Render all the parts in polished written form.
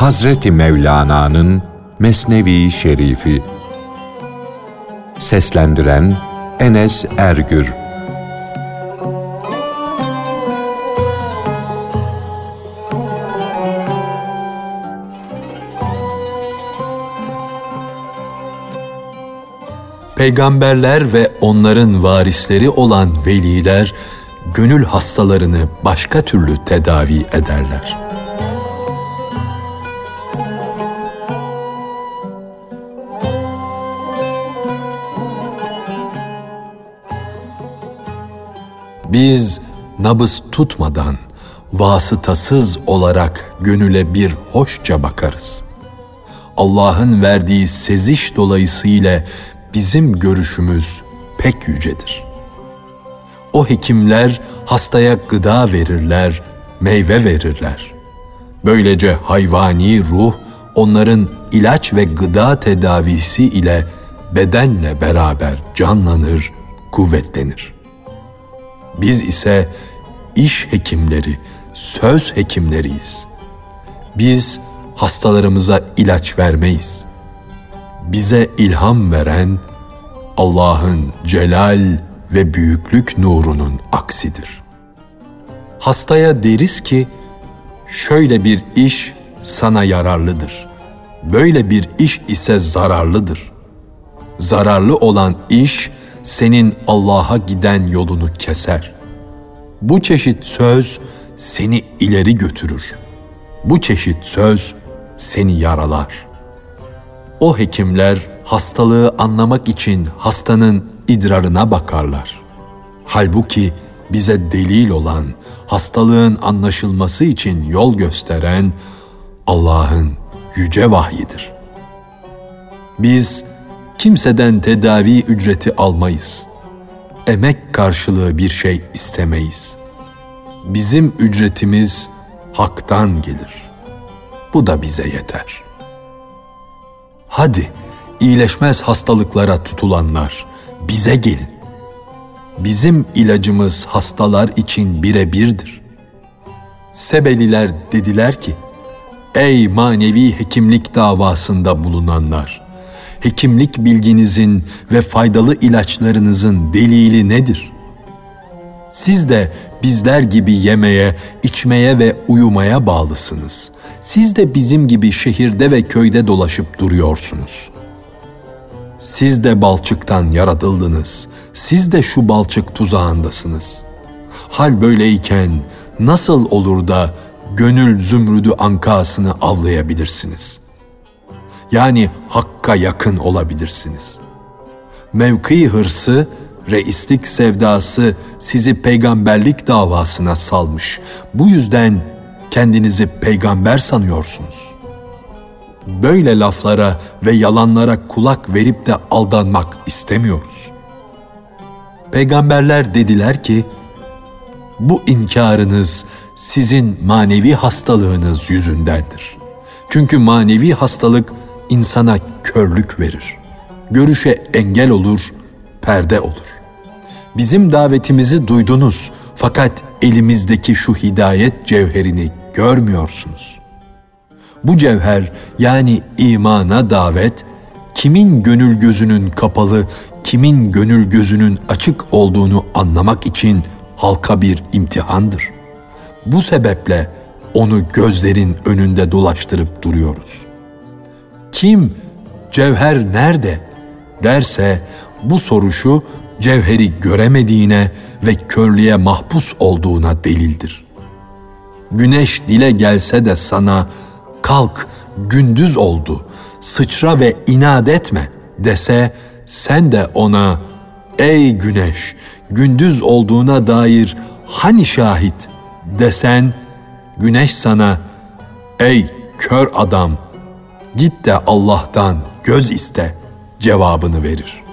Hazreti Mevlana'nın Mesnevi Şerifi. Seslendiren Enes Ergür. Peygamberler ve onların varisleri olan veliler, gönül hastalarını başka türlü tedavi ederler. Biz nabız tutmadan, vasıtasız olarak gönüle bir hoşça bakarız. Allah'ın verdiği seziş dolayısıyla bizim görüşümüz pek yücedir. O hekimler hastaya gıda verirler, meyve verirler. Böylece hayvani ruh onların ilaç ve gıda tedavisi ile bedenle beraber canlanır, kuvvetlenir. Biz ise iş hekimleri, söz hekimleriyiz. Biz hastalarımıza ilaç vermeyiz. Bize ilham veren Allah'ın celal ve büyüklük nurunun aksidir. Hastaya deriz ki, şöyle bir iş sana yararlıdır. Böyle bir iş ise zararlıdır. Zararlı olan iş senin Allah'a giden yolunu keser. Bu çeşit söz seni ileri götürür. Bu çeşit söz seni yaralar. O hekimler hastalığı anlamak için hastanın idrarına bakarlar. Halbuki bize delil olan, hastalığın anlaşılması için yol gösteren Allah'ın yüce vahyidir. Biz kimseden tedavi ücreti almayız. Emek karşılığı bir şey istemeyiz. Bizim ücretimiz haktan gelir. Bu da bize yeter. Hadi iyileşmez hastalıklara tutulanlar, bize gelin. Bizim ilacımız hastalar için birebirdir. Sebeliler dediler ki, ey manevi hekimlik davasında bulunanlar, hekimlik bilginizin ve faydalı ilaçlarınızın delili nedir? Siz de bizler gibi yemeye, içmeye ve uyumaya bağlısınız. Siz de bizim gibi şehirde ve köyde dolaşıp duruyorsunuz. Siz de balçıktan yaratıldınız. Siz de şu balçık tuzağındasınız. Hal böyleyken nasıl olur da gönül zümrüdü ankasını avlayabilirsiniz? Yani hakka yakın olabilirsiniz. Mevki hırsı, reislik sevdası sizi peygamberlik davasına salmış. Bu yüzden kendinizi peygamber sanıyorsunuz. Böyle laflara ve yalanlara kulak verip de aldanmak istemiyoruz. Peygamberler dediler ki, bu inkarınız sizin manevi hastalığınız yüzündendir. Çünkü manevi hastalık insana körlük verir. Görüşe engel olur, perde olur. Bizim davetimizi duydunuz fakat elimizdeki şu hidayet cevherini görmüyorsunuz. Bu cevher yani imana davet, kimin gönül gözünün kapalı, kimin gönül gözünün açık olduğunu anlamak için halka bir imtihandır. Bu sebeple onu gözlerin önünde dolaştırıp duruyoruz. Kim cevher nerede derse bu soru şu, cevheri göremediğine ve körlüğe mahpus olduğuna delildir. Güneş dile gelse de sana kalk gündüz oldu, sıçra ve inat etme dese sen de ona ey güneş gündüz olduğuna dair hani şahit desen güneş sana ey kör adam git de Allah'tan göz iste cevabını verir.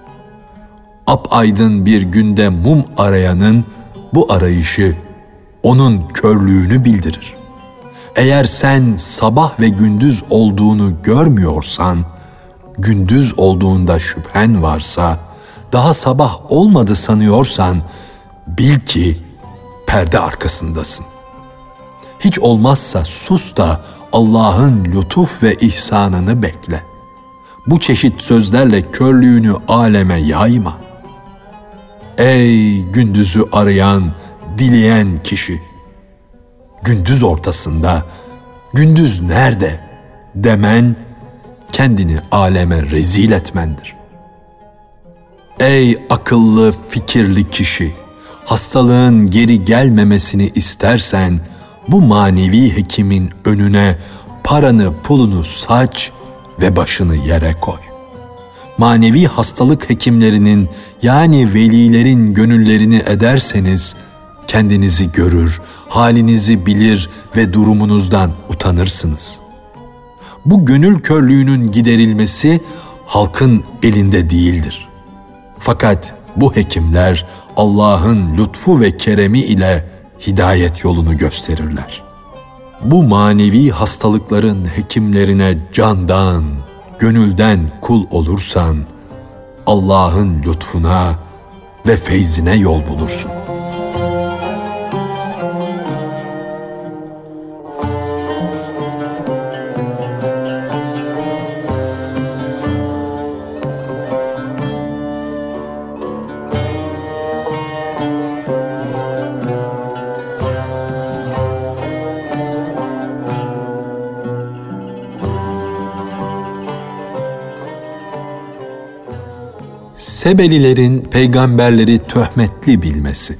Apaydın bir günde mum arayanın bu arayışı onun körlüğünü bildirir. Eğer sen sabah ve gündüz olduğunu görmüyorsan, gündüz olduğunda şüphen varsa, daha sabah olmadı sanıyorsan, bil ki perde arkasındasın. Hiç olmazsa sus da Allah'ın lütuf ve ihsanını bekle. Bu çeşit sözlerle körlüğünü aleme yayma. Ey gündüzü arayan, dileyen kişi! Gündüz ortasında, gündüz nerede demen, kendini aleme rezil etmendir. Ey akıllı, fikirli kişi! Hastalığın geri gelmemesini istersen, bu manevi hekimin önüne paranı pulunu saç ve başını yere koy. Manevi hastalık hekimlerinin yani velilerin gönüllerini ederseniz, kendinizi görür, halinizi bilir ve durumunuzdan utanırsınız. Bu gönül körlüğünün giderilmesi halkın elinde değildir. Fakat bu hekimler Allah'ın lütfu ve keremi ile hidayet yolunu gösterirler. Bu manevi hastalıkların hekimlerine candan, gönülden kul olursan, Allah'ın lütfuna ve feyzine yol bulursun. Sebelilerin peygamberleri töhmetli bilmesi.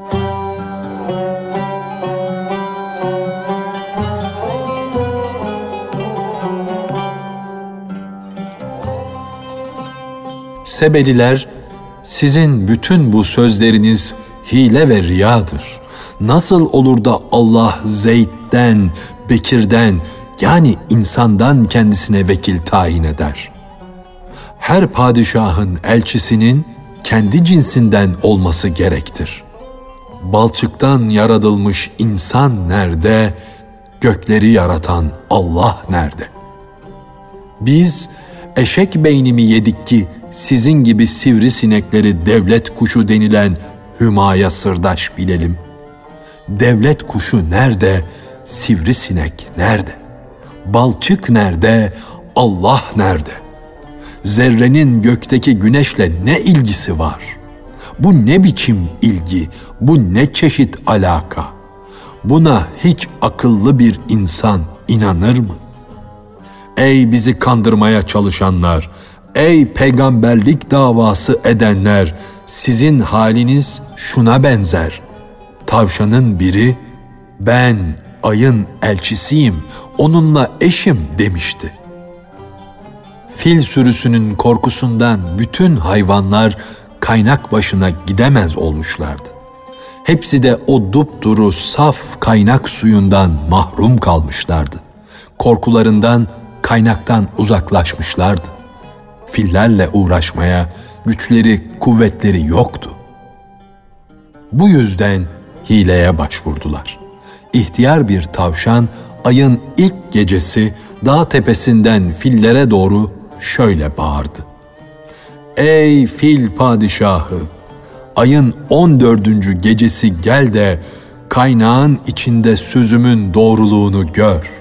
Sebeliler, sizin bütün bu sözleriniz hile ve riyadır. Nasıl olur da Allah Zeyd'den, Bekir'den yani insandan kendisine vekil tayin eder? Her padişahın elçisinin kendi cinsinden olması gerektir. Balçıktan yaratılmış insan nerede, gökleri yaratan Allah nerede? Biz eşek beynimi yedik ki sizin gibi sivrisinekleri devlet kuşu denilen hümaya sırdaş bilelim. Devlet kuşu nerede, sivrisinek nerede? Balçık nerede, Allah nerede? Zerrenin gökteki güneşle ne ilgisi var? Bu ne biçim ilgi, bu ne çeşit alaka? Buna hiç akıllı bir insan inanır mı? Ey bizi kandırmaya çalışanlar, ey peygamberlik davası edenler, sizin haliniz şuna benzer. Tavşanın biri, ben ayın elçisiyim, onunla eşim demişti. Fil sürüsünün korkusundan bütün hayvanlar kaynak başına gidemez olmuşlardı. Hepsi de o dupduru saf kaynak suyundan mahrum kalmışlardı. Korkularından kaynaktan uzaklaşmışlardı. Fillerle uğraşmaya güçleri, kuvvetleri yoktu. Bu yüzden hileye başvurdular. İhtiyar bir tavşan ayın ilk gecesi dağ tepesinden fillere doğru şöyle bağırdı. Ey fil padişahı! Ayın 14. gecesi gel de kaynağın içinde sözümün doğruluğunu gör.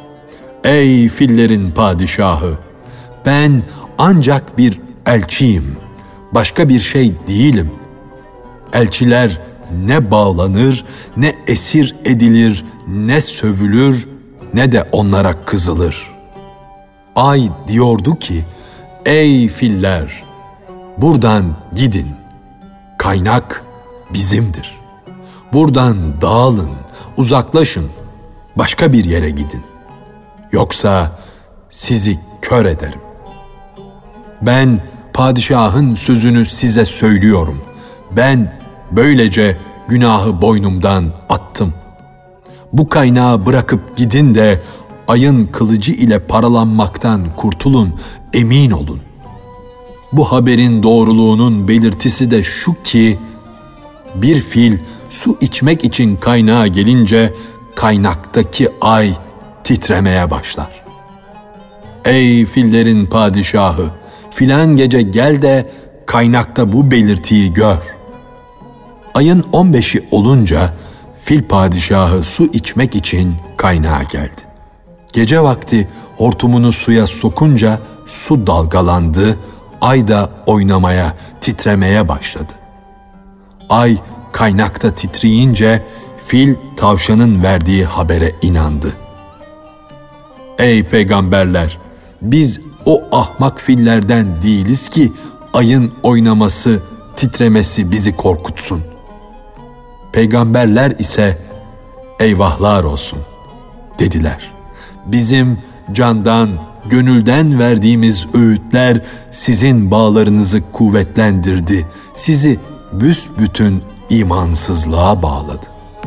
Ey fillerin padişahı! Ben ancak bir elçiyim, başka bir şey değilim. Elçiler ne bağlanır, ne esir edilir, ne sövülür, ne de onlara kızılır. Ay diyordu ki, ey filler, buradan gidin, kaynak bizimdir. Buradan dağılın, uzaklaşın, başka bir yere gidin. Yoksa sizi kör ederim. Ben padişahın sözünü size söylüyorum. Ben böylece günahı boynumdan attım. Bu kaynağı bırakıp gidin de ayın kılıcı ile paralanmaktan kurtulun, emin olun. Bu haberin doğruluğunun belirtisi de şu ki, bir fil su içmek için kaynağa gelince kaynaktaki ay titremeye başlar. Ey fillerin padişahı, filan gece gel de kaynakta bu belirtiyi gör. Ayın 15'i olunca fil padişahı su içmek için kaynağa geldi. Gece vakti hortumunu suya sokunca su dalgalandı, ay da oynamaya, titremeye başladı. Ay kaynakta titreyince fil tavşanın verdiği habere inandı. Ey peygamberler! Biz o ahmak fillerden değiliz ki ayın oynaması, titremesi bizi korkutsun. Peygamberler ise eyvahlar olsun dediler. Bizim candan, gönülden verdiğimiz öğütler sizin bağlarınızı kuvvetlendirdi, sizi büsbütün imansızlığa bağladı.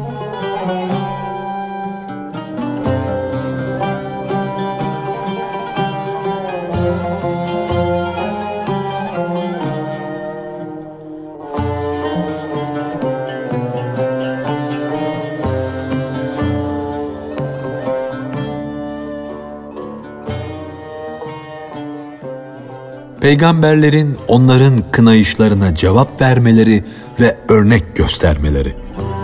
Peygamberlerin onların kınayışlarına cevap vermeleri ve örnek göstermeleri.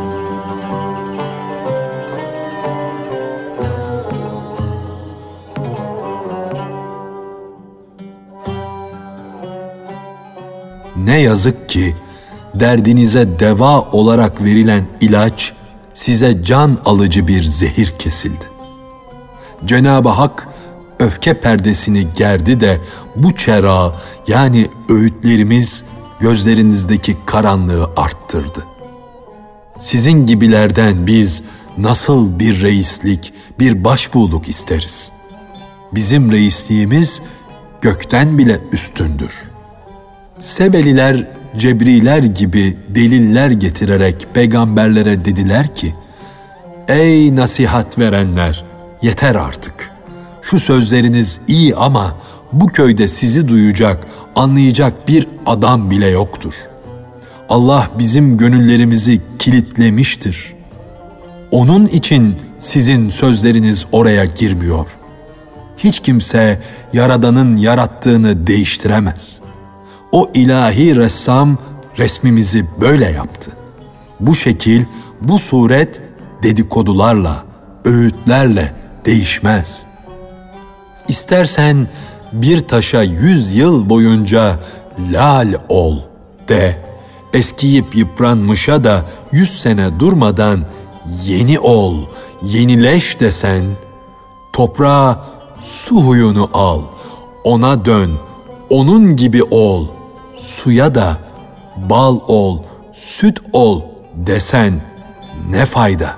Ne yazık ki derdinize deva olarak verilen ilaç size can alıcı bir zehir kesildi. Cenab-ı Hak öfke perdesini gerdi de bu çera, yani öğütlerimiz gözlerinizdeki karanlığı arttırdı. Sizin gibilerden biz nasıl bir reislik, bir başbuğluk isteriz? Bizim reisliğimiz gökten bile üstündür. Sebeliler, Cebriler gibi deliller getirerek peygamberlere dediler ki, ey nasihat verenler, yeter artık. Şu sözleriniz iyi ama bu köyde sizi duyacak, anlayacak bir adam bile yoktur. Allah bizim gönüllerimizi kilitlemiştir. Onun için sizin sözleriniz oraya girmiyor. Hiç kimse Yaradan'ın yarattığını değiştiremez. O ilahi ressam resmimizi böyle yaptı. Bu şekil, bu suret dedikodularla, öğütlerle değişmez. İstersen bir taşa 100 yıl boyunca lal ol de, eskiyip yıpranmışa da 100 sene durmadan yeni ol, yenileş desen, toprağa su huyunu al, ona dön, onun gibi ol, suya da bal ol, süt ol desen ne fayda?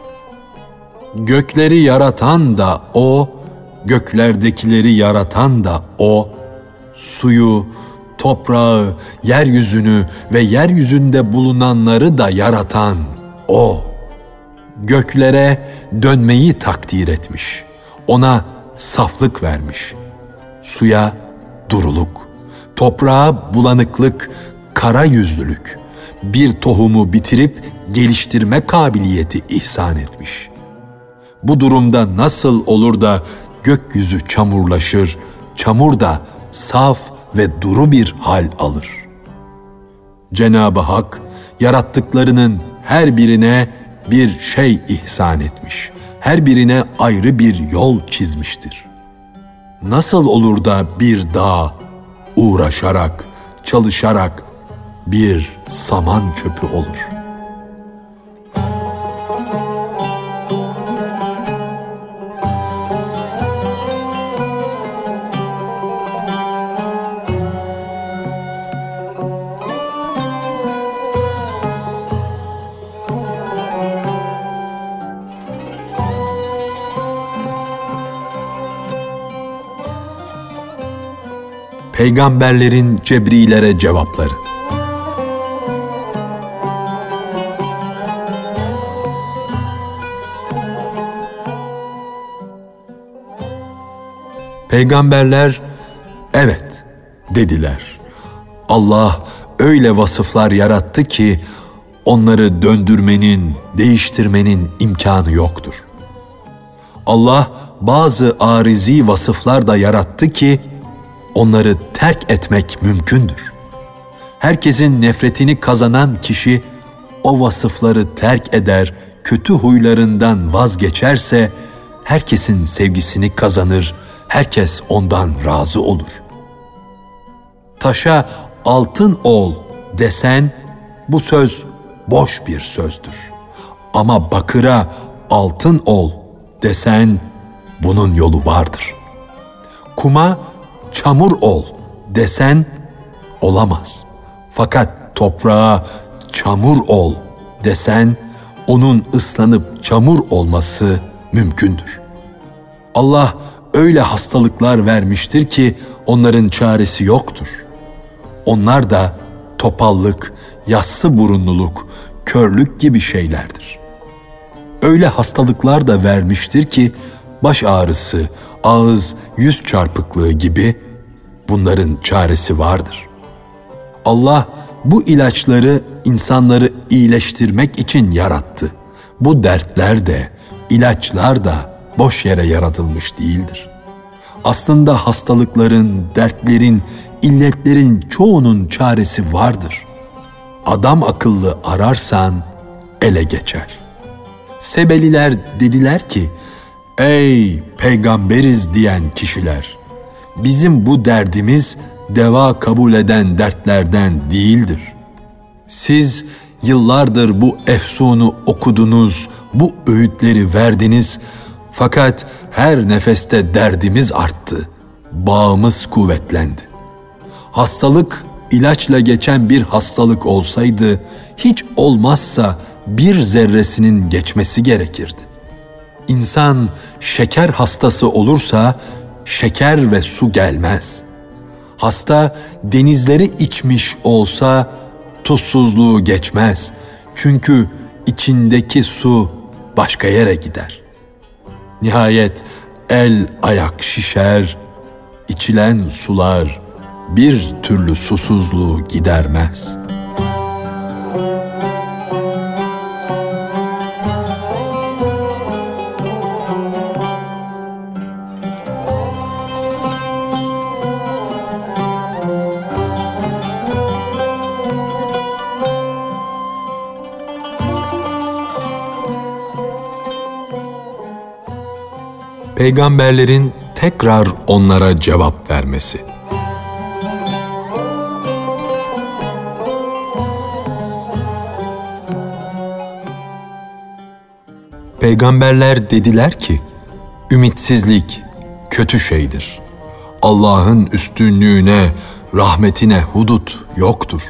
Gökleri yaratan da O, göklerdekileri yaratan da O, suyu, toprağı, yeryüzünü ve yeryüzünde bulunanları da yaratan O. Göklere dönmeyi takdir etmiş, ona saflık vermiş, suya duruluk, toprağa bulanıklık, kara yüzlülük, bir tohumu bitirip geliştirme kabiliyeti ihsan etmiş. Bu durumda nasıl olur da gökyüzü çamurlaşır, çamur da saf ve duru bir hal alır? Cenab-ı Hak yarattıklarının her birine bir şey ihsan etmiş, her birine ayrı bir yol çizmiştir. Nasıl olur da bir dağ uğraşarak, çalışarak bir saman çöpü olur? Peygamberlerin Cebrilere cevapları. Peygamberler evet dediler. Allah öyle vasıflar yarattı ki onları döndürmenin, değiştirmenin imkanı yoktur. Allah bazı arizi vasıflar da yarattı ki onları terk etmek mümkündür. Herkesin nefretini kazanan kişi o vasıfları terk eder, kötü huylarından vazgeçerse herkesin sevgisini kazanır, herkes ondan razı olur. Taşa altın ol desen, bu söz boş bir sözdür. Ama bakıra altın ol desen, bunun yolu vardır. Kuma çamur ol desen, olamaz. Fakat toprağa çamur ol desen, onun ıslanıp çamur olması mümkündür. Allah öyle hastalıklar vermiştir ki onların çaresi yoktur. Onlar da topallık, yassı burunluluk, körlük gibi şeylerdir. Öyle hastalıklar da vermiştir ki baş ağrısı, ağız, yüz çarpıklığı gibi bunların çaresi vardır. Allah bu ilaçları insanları iyileştirmek için yarattı. Bu dertler de, ilaçlar da boş yere yaratılmış değildir. Aslında hastalıkların, dertlerin, illetlerin çoğunun çaresi vardır. Adam akıllı ararsan ele geçer. Sebeliler dediler ki, ey peygamberiz diyen kişiler, bizim bu derdimiz deva kabul eden dertlerden değildir. Siz yıllardır bu efsunu okudunuz, bu öğütleri verdiniz, fakat her nefeste derdimiz arttı, bağımız kuvvetlendi. Hastalık ilaçla geçen bir hastalık olsaydı, hiç olmazsa bir zerresinin geçmesi gerekirdi. İnsan şeker hastası olursa, şeker ve su gelmez. Hasta denizleri içmiş olsa, tuzsuzluğu geçmez. Çünkü içindeki su başka yere gider. Nihayet el ayak şişer, içilen sular bir türlü susuzluğu gidermez. Peygamberlerin tekrar onlara cevap vermesi. Peygamberler dediler ki, ümitsizlik kötü şeydir. Allah'ın üstünlüğüne, rahmetine hudut yoktur.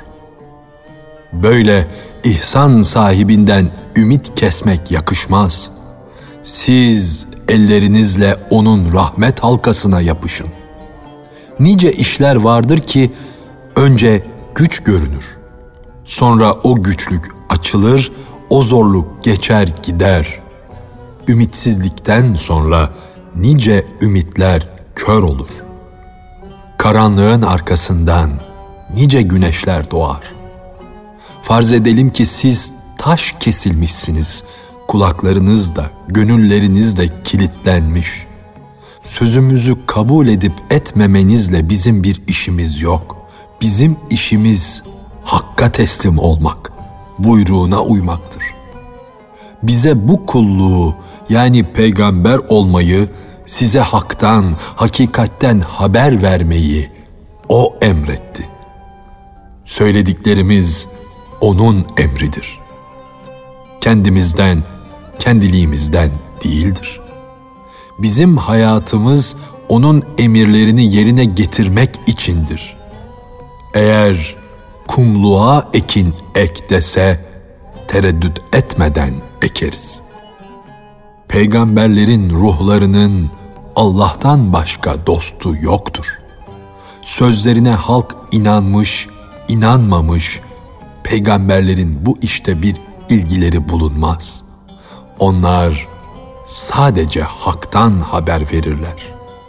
Böyle ihsan sahibinden ümit kesmek yakışmaz. Siz ellerinizle onun rahmet halkasına yapışın. Nice işler vardır ki önce güç görünür. Sonra o güçlük açılır, o zorluk geçer gider. Ümitsizlikten sonra nice ümitler kör olur. Karanlığın arkasından nice güneşler doğar. Farz edelim ki siz taş kesilmişsiniz, kulaklarınız da, gönülleriniz de kilitlenmiş. Sözümüzü kabul edip etmemenizle bizim bir işimiz yok. Bizim işimiz Hakk'a teslim olmak, buyruğuna uymaktır. Bize bu kulluğu, yani peygamber olmayı, size haktan, hakikatten haber vermeyi O emretti. Söylediklerimiz O'nun emridir. Kendimizden, kendiliğimizden değildir. Bizim hayatımız O'nun emirlerini yerine getirmek içindir. Eğer kumluğa ekin ek dese, tereddüt etmeden ekeriz. Peygamberlerin ruhlarının Allah'tan başka dostu yoktur. Sözlerine halk inanmış, inanmamış, peygamberlerin bu işte bir ilgileri bulunmaz. Onlar sadece haktan haber verirler.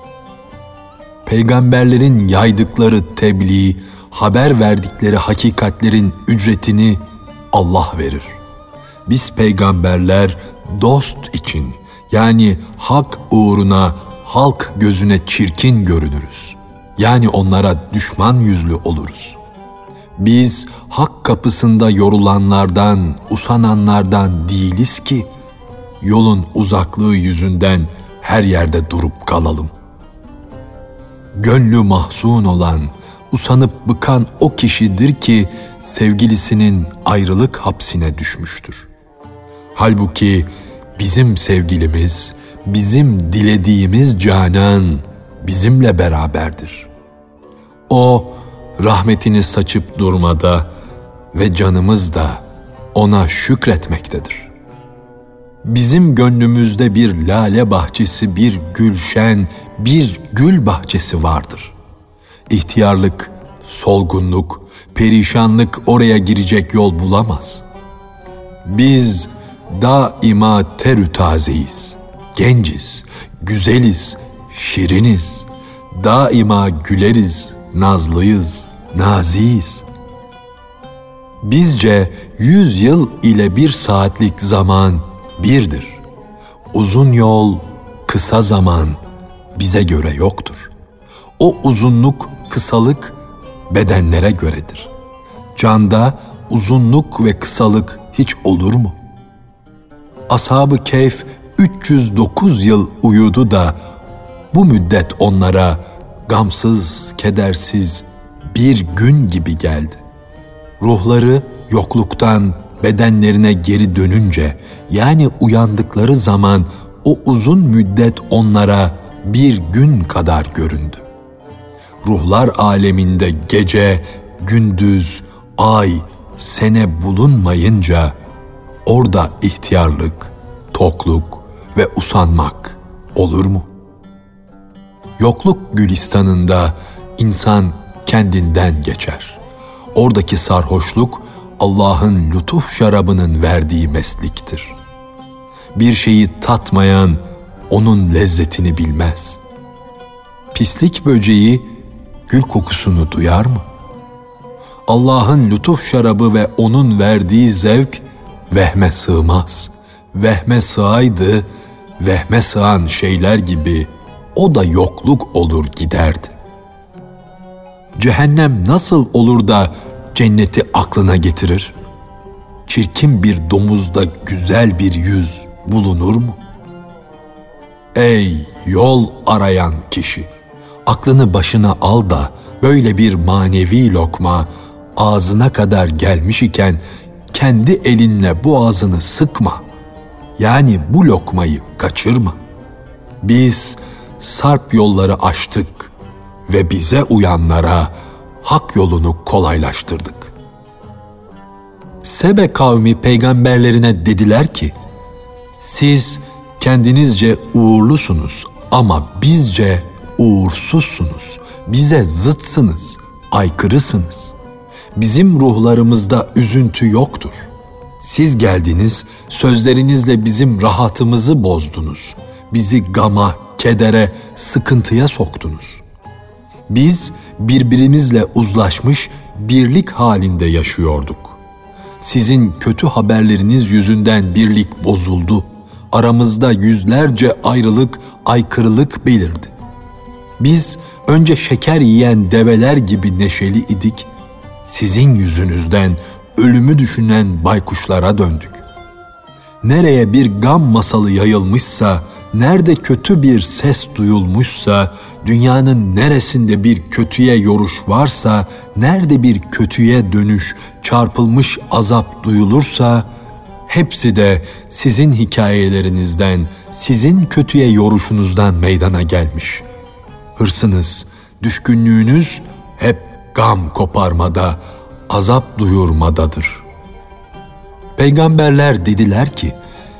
Peygamberlerin yaydıkları tebliğ, haber verdikleri hakikatlerin ücretini Allah verir. Biz peygamberler dost için, yani hak uğruna halk gözüne çirkin görünürüz. Yani onlara düşman yüzlü oluruz. Biz hak kapısında yorulanlardan, usananlardan değiliz ki, yolun uzaklığı yüzünden her yerde durup kalalım. Gönlü mahzun olan, usanıp bıkan o kişidir ki sevgilisinin ayrılık hapsine düşmüştür. Halbuki bizim sevgilimiz, bizim dilediğimiz canan bizimle beraberdir. O rahmetini saçıp durmada ve canımız da ona şükretmektedir. Bizim gönlümüzde bir lale bahçesi, bir gülşen, bir gül bahçesi vardır. İhtiyarlık, solgunluk, perişanlık oraya girecek yol bulamaz. Biz daima terü tazeyiz, genciz, güzeliz, şiriniz, daima güleriz, nazlıyız, naziyiz. Bizce 100 yıl ile 1 saatlik zaman birdir. Uzun yol, kısa zaman bize göre yoktur. O uzunluk, kısalık bedenlere göredir. Canda uzunluk ve kısalık hiç olur mu? Ashab-ı Kehf 309 yıl uyudu da bu müddet onlara gamsız, kedersiz bir gün gibi geldi. Ruhları yokluktan bedenlerine geri dönünce, yani uyandıkları zaman o uzun müddet onlara bir gün kadar göründü. Ruhlar aleminde gece, gündüz, ay, sene bulunmayınca orada ihtiyarlık, tokluk ve usanmak olur mu? Yokluk gülistanında insan kendinden geçer. Oradaki sarhoşluk Allah'ın lütuf şarabının verdiği mesliktir. Bir şeyi tatmayan onun lezzetini bilmez. Pislik böceği gül kokusunu duyar mı? Allah'ın lütuf şarabı ve onun verdiği zevk vehme sığmaz. Vehme sığaydı, vehme sığan şeyler gibi o da yokluk olur giderdi. Cehennem nasıl olur da cenneti aklına getirir? Çirkin bir domuzda güzel bir yüz bulunur mu? Ey yol arayan kişi! Aklını başına al da böyle bir manevi lokma ağzına kadar gelmiş iken kendi elinle boğazını sıkma. Yani bu lokmayı kaçırma. Biz sarp yolları açtık ve bize uyanlara hak yolunu kolaylaştırdık. Sebe kavmi peygamberlerine dediler ki, siz kendinizce uğurlusunuz ama bizce uğursuzsunuz, bize zıtsınız, aykırısınız. Bizim ruhlarımızda üzüntü yoktur. Siz geldiniz, sözlerinizle bizim rahatımızı bozdunuz. Bizi gama, kedere, sıkıntıya soktunuz. Biz birbirimizle uzlaşmış, birlik halinde yaşıyorduk. Sizin kötü haberleriniz yüzünden birlik bozuldu. Aramızda yüzlerce ayrılık, aykırılık belirdi. Biz önce şeker yiyen develer gibi neşeli idik. Sizin yüzünüzden ölümü düşünen baykuşlara döndük. Nereye bir gam masalı yayılmışsa, nerede kötü bir ses duyulmuşsa, dünyanın neresinde bir kötüye yoruş varsa, nerede bir kötüye dönüş, çarpılmış azap duyulursa, hepsi de sizin hikayelerinizden, sizin kötüye yoruşunuzdan meydana gelmiş. Hırsınız, düşkünlüğünüz hep gam koparmada, azap duyurmadadır. Peygamberler dediler ki,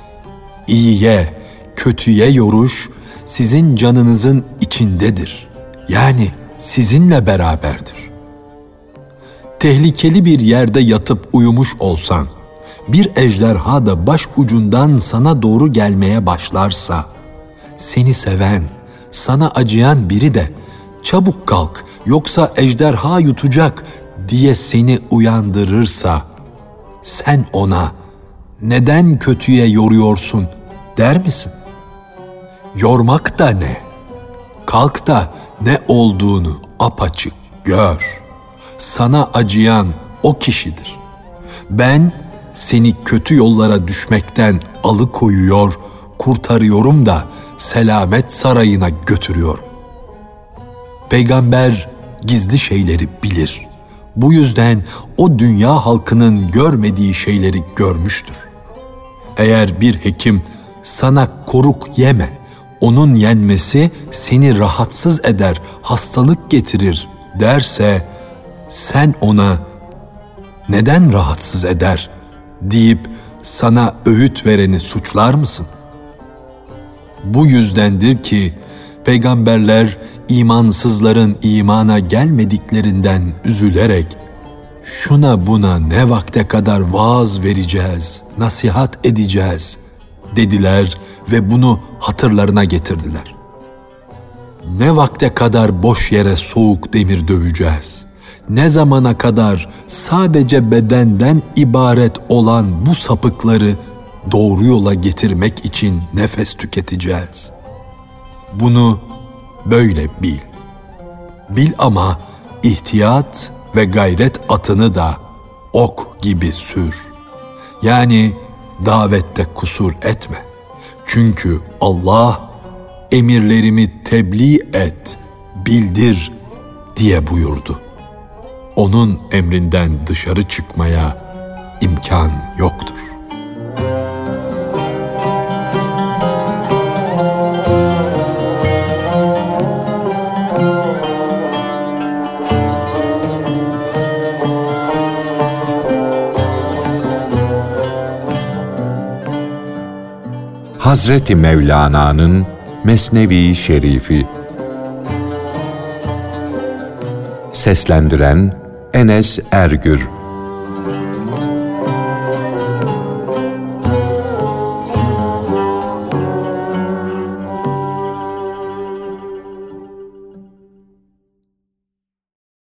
İyiye, kötüye yoruş sizin canınızın içindedir. Yani sizinle beraberdir. Tehlikeli bir yerde yatıp uyumuş olsan, bir ejderha da baş ucundan sana doğru gelmeye başlarsa, seni seven, sana acıyan biri de çabuk kalk yoksa ejderha yutacak diye seni uyandırırsa, sen ona neden kötüye yoruyorsun der misin? Yormak da ne? Kalk da ne olduğunu apaçık gör. Sana acıyan o kişidir. Ben seni kötü yollara düşmekten alıkoyuyor, kurtarıyorum da selamet sarayına götürüyorum. Peygamber gizli şeyleri bilir. Bu yüzden o dünya halkının görmediği şeyleri görmüştür. Eğer bir hekim sana koruk yeme, onun yenmesi seni rahatsız eder, hastalık getirir derse, sen ona neden rahatsız eder deyip sana öğüt vereni suçlar mısın? Bu yüzdendir ki peygamberler imansızların imana gelmediklerinden üzülerek şuna buna ne vakte kadar vaaz vereceğiz, nasihat edeceğiz dediler ve bunu hatırlarına getirdiler. Ne vakte kadar boş yere soğuk demir döveceğiz? Ne zamana kadar sadece bedenden ibaret olan bu sapıkları doğru yola getirmek için nefes tüketeceğiz? Bunu böyle bil. Bil ama ihtiyat ve gayret atını da ok gibi sür. Yani davette kusur etme. Çünkü Allah emirlerimi tebliğ et, bildir diye buyurdu. Onun emrinden dışarı çıkmaya imkan yoktur. Hazreti Mevlana'nın Mesnevi Şerifi. Seslendiren Enes Ergür.